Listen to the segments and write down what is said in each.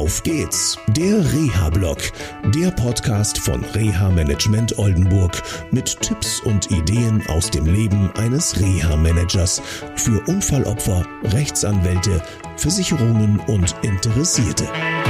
Auf geht's, der Reha-Blog, der Podcast von Reha-Management Oldenburg mit Tipps und Ideen aus dem Leben eines Reha-Managers für Unfallopfer, Rechtsanwälte, Versicherungen und Interessierte.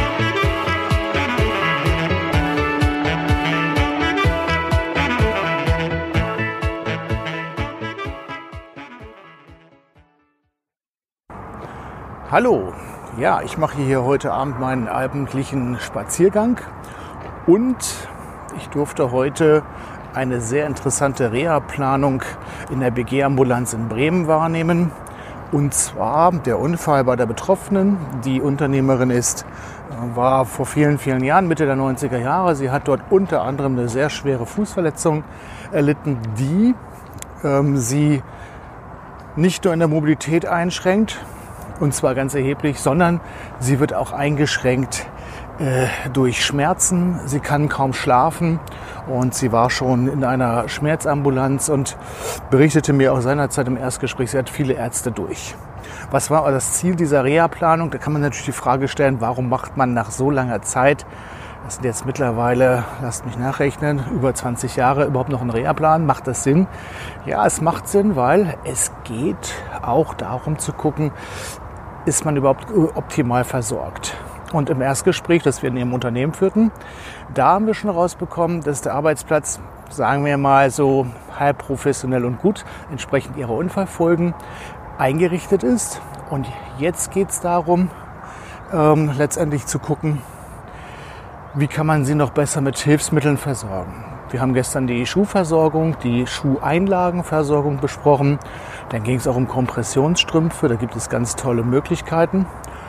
Hallo, ja, ich mache hier heute Abend meinen abendlichen Spaziergang und ich durfte heute eine sehr interessante Reha-Planung in der BG-Ambulanz in Bremen wahrnehmen. Und zwar der Unfall bei der Betroffenen, die Unternehmerin war vor vielen, vielen Jahren, Mitte der 90er Jahre. Sie hat dort unter anderem eine sehr schwere Fußverletzung erlitten, die sie nicht nur in der Mobilität einschränkt, und zwar ganz erheblich, sondern sie wird auch eingeschränkt durch Schmerzen. Sie kann kaum schlafen und sie war schon in einer Schmerzambulanz und berichtete mir auch seinerzeit im Erstgespräch, sie hat viele Ärzte durch. Was war das Ziel dieser Reha-Planung? Da kann man natürlich die Frage stellen, warum macht man nach so langer Zeit, das sind jetzt mittlerweile, lasst mich nachrechnen, über 20 Jahre überhaupt noch einen Reha-Plan? Macht das Sinn? Ja, es macht Sinn, weil es geht auch darum zu gucken, ist man überhaupt optimal versorgt. Und im Erstgespräch, das wir in Ihrem Unternehmen führten, da haben wir schon rausbekommen, dass der Arbeitsplatz, sagen wir mal so halb professionell und gut, entsprechend ihrer Unfallfolgen eingerichtet ist. Und jetzt geht es darum, letztendlich zu gucken, wie kann man sie noch besser mit Hilfsmitteln versorgen. Wir haben gestern die Schuhversorgung, die Schuheinlagenversorgung besprochen. Dann ging es auch um Kompressionsstrümpfe, da gibt es ganz tolle Möglichkeiten.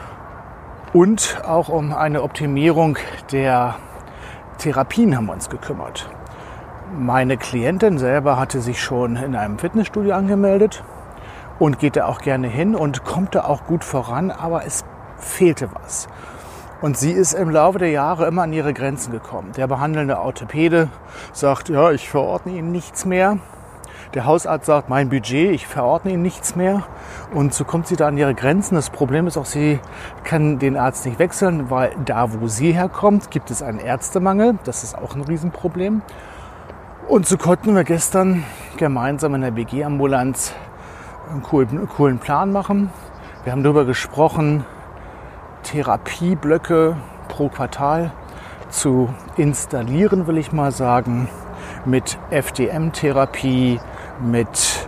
Und auch um eine Optimierung der Therapien haben wir uns gekümmert. Meine Klientin selber hatte sich schon in einem Fitnessstudio angemeldet und geht da auch gerne hin und kommt da auch gut voran, aber es fehlte was. Und sie ist im Laufe der Jahre immer an ihre Grenzen gekommen. Der behandelnde Orthopäde sagt, ja, ich verordne Ihnen nichts mehr. Der Hausarzt sagt, mein Budget, ich verordne Ihnen nichts mehr. Und so kommt sie da an ihre Grenzen. Das Problem ist auch, sie kann den Arzt nicht wechseln, weil da, wo sie herkommt, gibt es einen Ärztemangel. Das ist auch ein Riesenproblem. Und so konnten wir gestern gemeinsam in der BG-Ambulanz einen coolen Plan machen. Wir haben darüber gesprochen, Therapieblöcke pro Quartal zu installieren, will ich mal sagen, mit FDM-Therapie, mit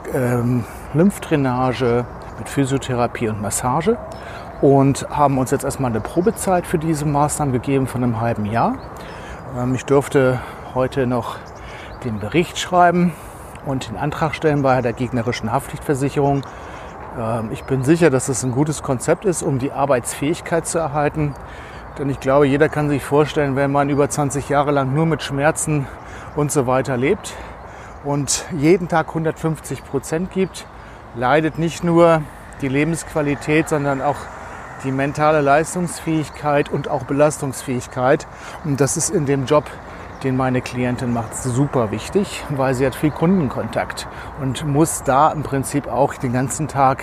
Lymphdrainage, mit Physiotherapie und Massage und haben uns jetzt erstmal eine Probezeit für diese Maßnahmen gegeben von einem halben Jahr. Ich durfte heute noch den Bericht schreiben und den Antrag stellen bei der gegnerischen Haftpflichtversicherung. Ich bin sicher, dass es ein gutes Konzept ist, um die Arbeitsfähigkeit zu erhalten. Denn ich glaube, jeder kann sich vorstellen, wenn man über 20 Jahre lang nur mit Schmerzen und so weiter lebt und jeden Tag 150% gibt, leidet nicht nur die Lebensqualität, sondern auch die mentale Leistungsfähigkeit und auch Belastungsfähigkeit. Und das ist in dem Job, den meine Klientin macht, super wichtig, weil sie hat viel Kundenkontakt und muss da im Prinzip auch den ganzen Tag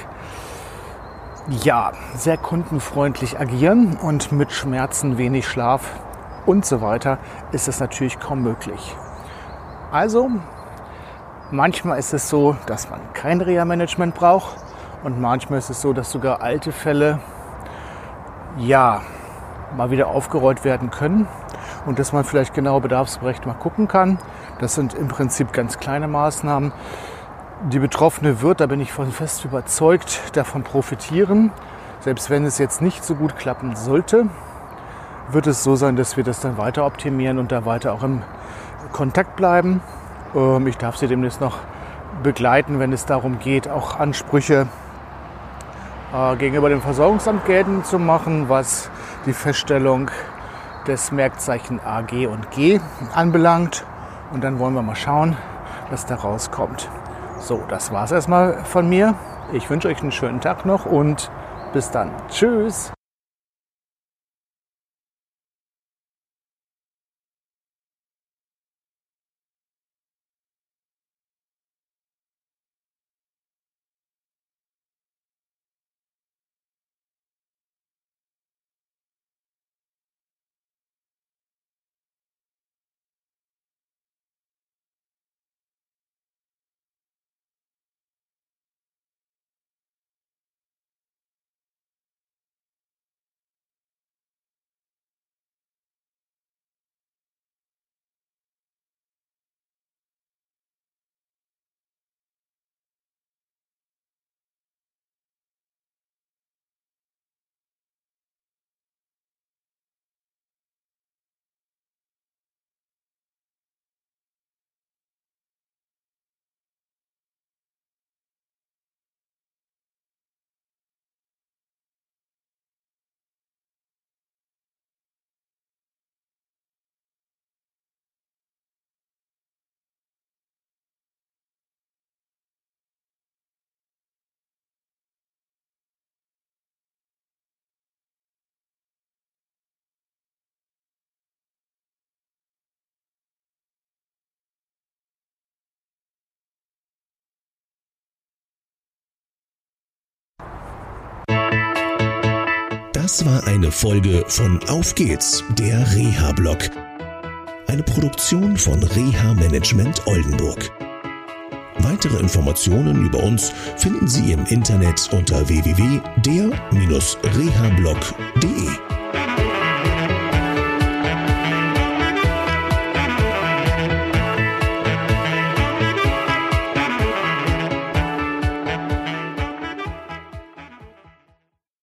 sehr kundenfreundlich agieren und mit Schmerzen, wenig Schlaf und so weiter ist es natürlich kaum möglich. Also manchmal ist es so, dass man kein Reha-Management braucht und manchmal ist es so, dass sogar alte Fälle mal wieder aufgerollt werden können. Und dass man vielleicht genau bedarfsgerecht mal gucken kann. Das sind im Prinzip ganz kleine Maßnahmen. Die Betroffene wird, da bin ich von fest überzeugt, davon profitieren. Selbst wenn es jetzt nicht so gut klappen sollte, wird es so sein, dass wir das dann weiter optimieren und da weiter auch im Kontakt bleiben. Ich darf sie demnächst noch begleiten, wenn es darum geht, auch Ansprüche gegenüber dem Versorgungsamt geltend zu machen, was die Feststellung des Merkzeichen A, G und G anbelangt. Und dann wollen wir mal schauen, was da rauskommt. So, das war's erstmal von mir. Ich wünsche euch einen schönen Tag noch und bis dann. Tschüss! Das war eine Folge von Auf geht's, der Reha-Blog. Eine Produktion von Reha Management Oldenburg. Weitere Informationen über uns finden Sie im Internet unter www.der-rehablog.de.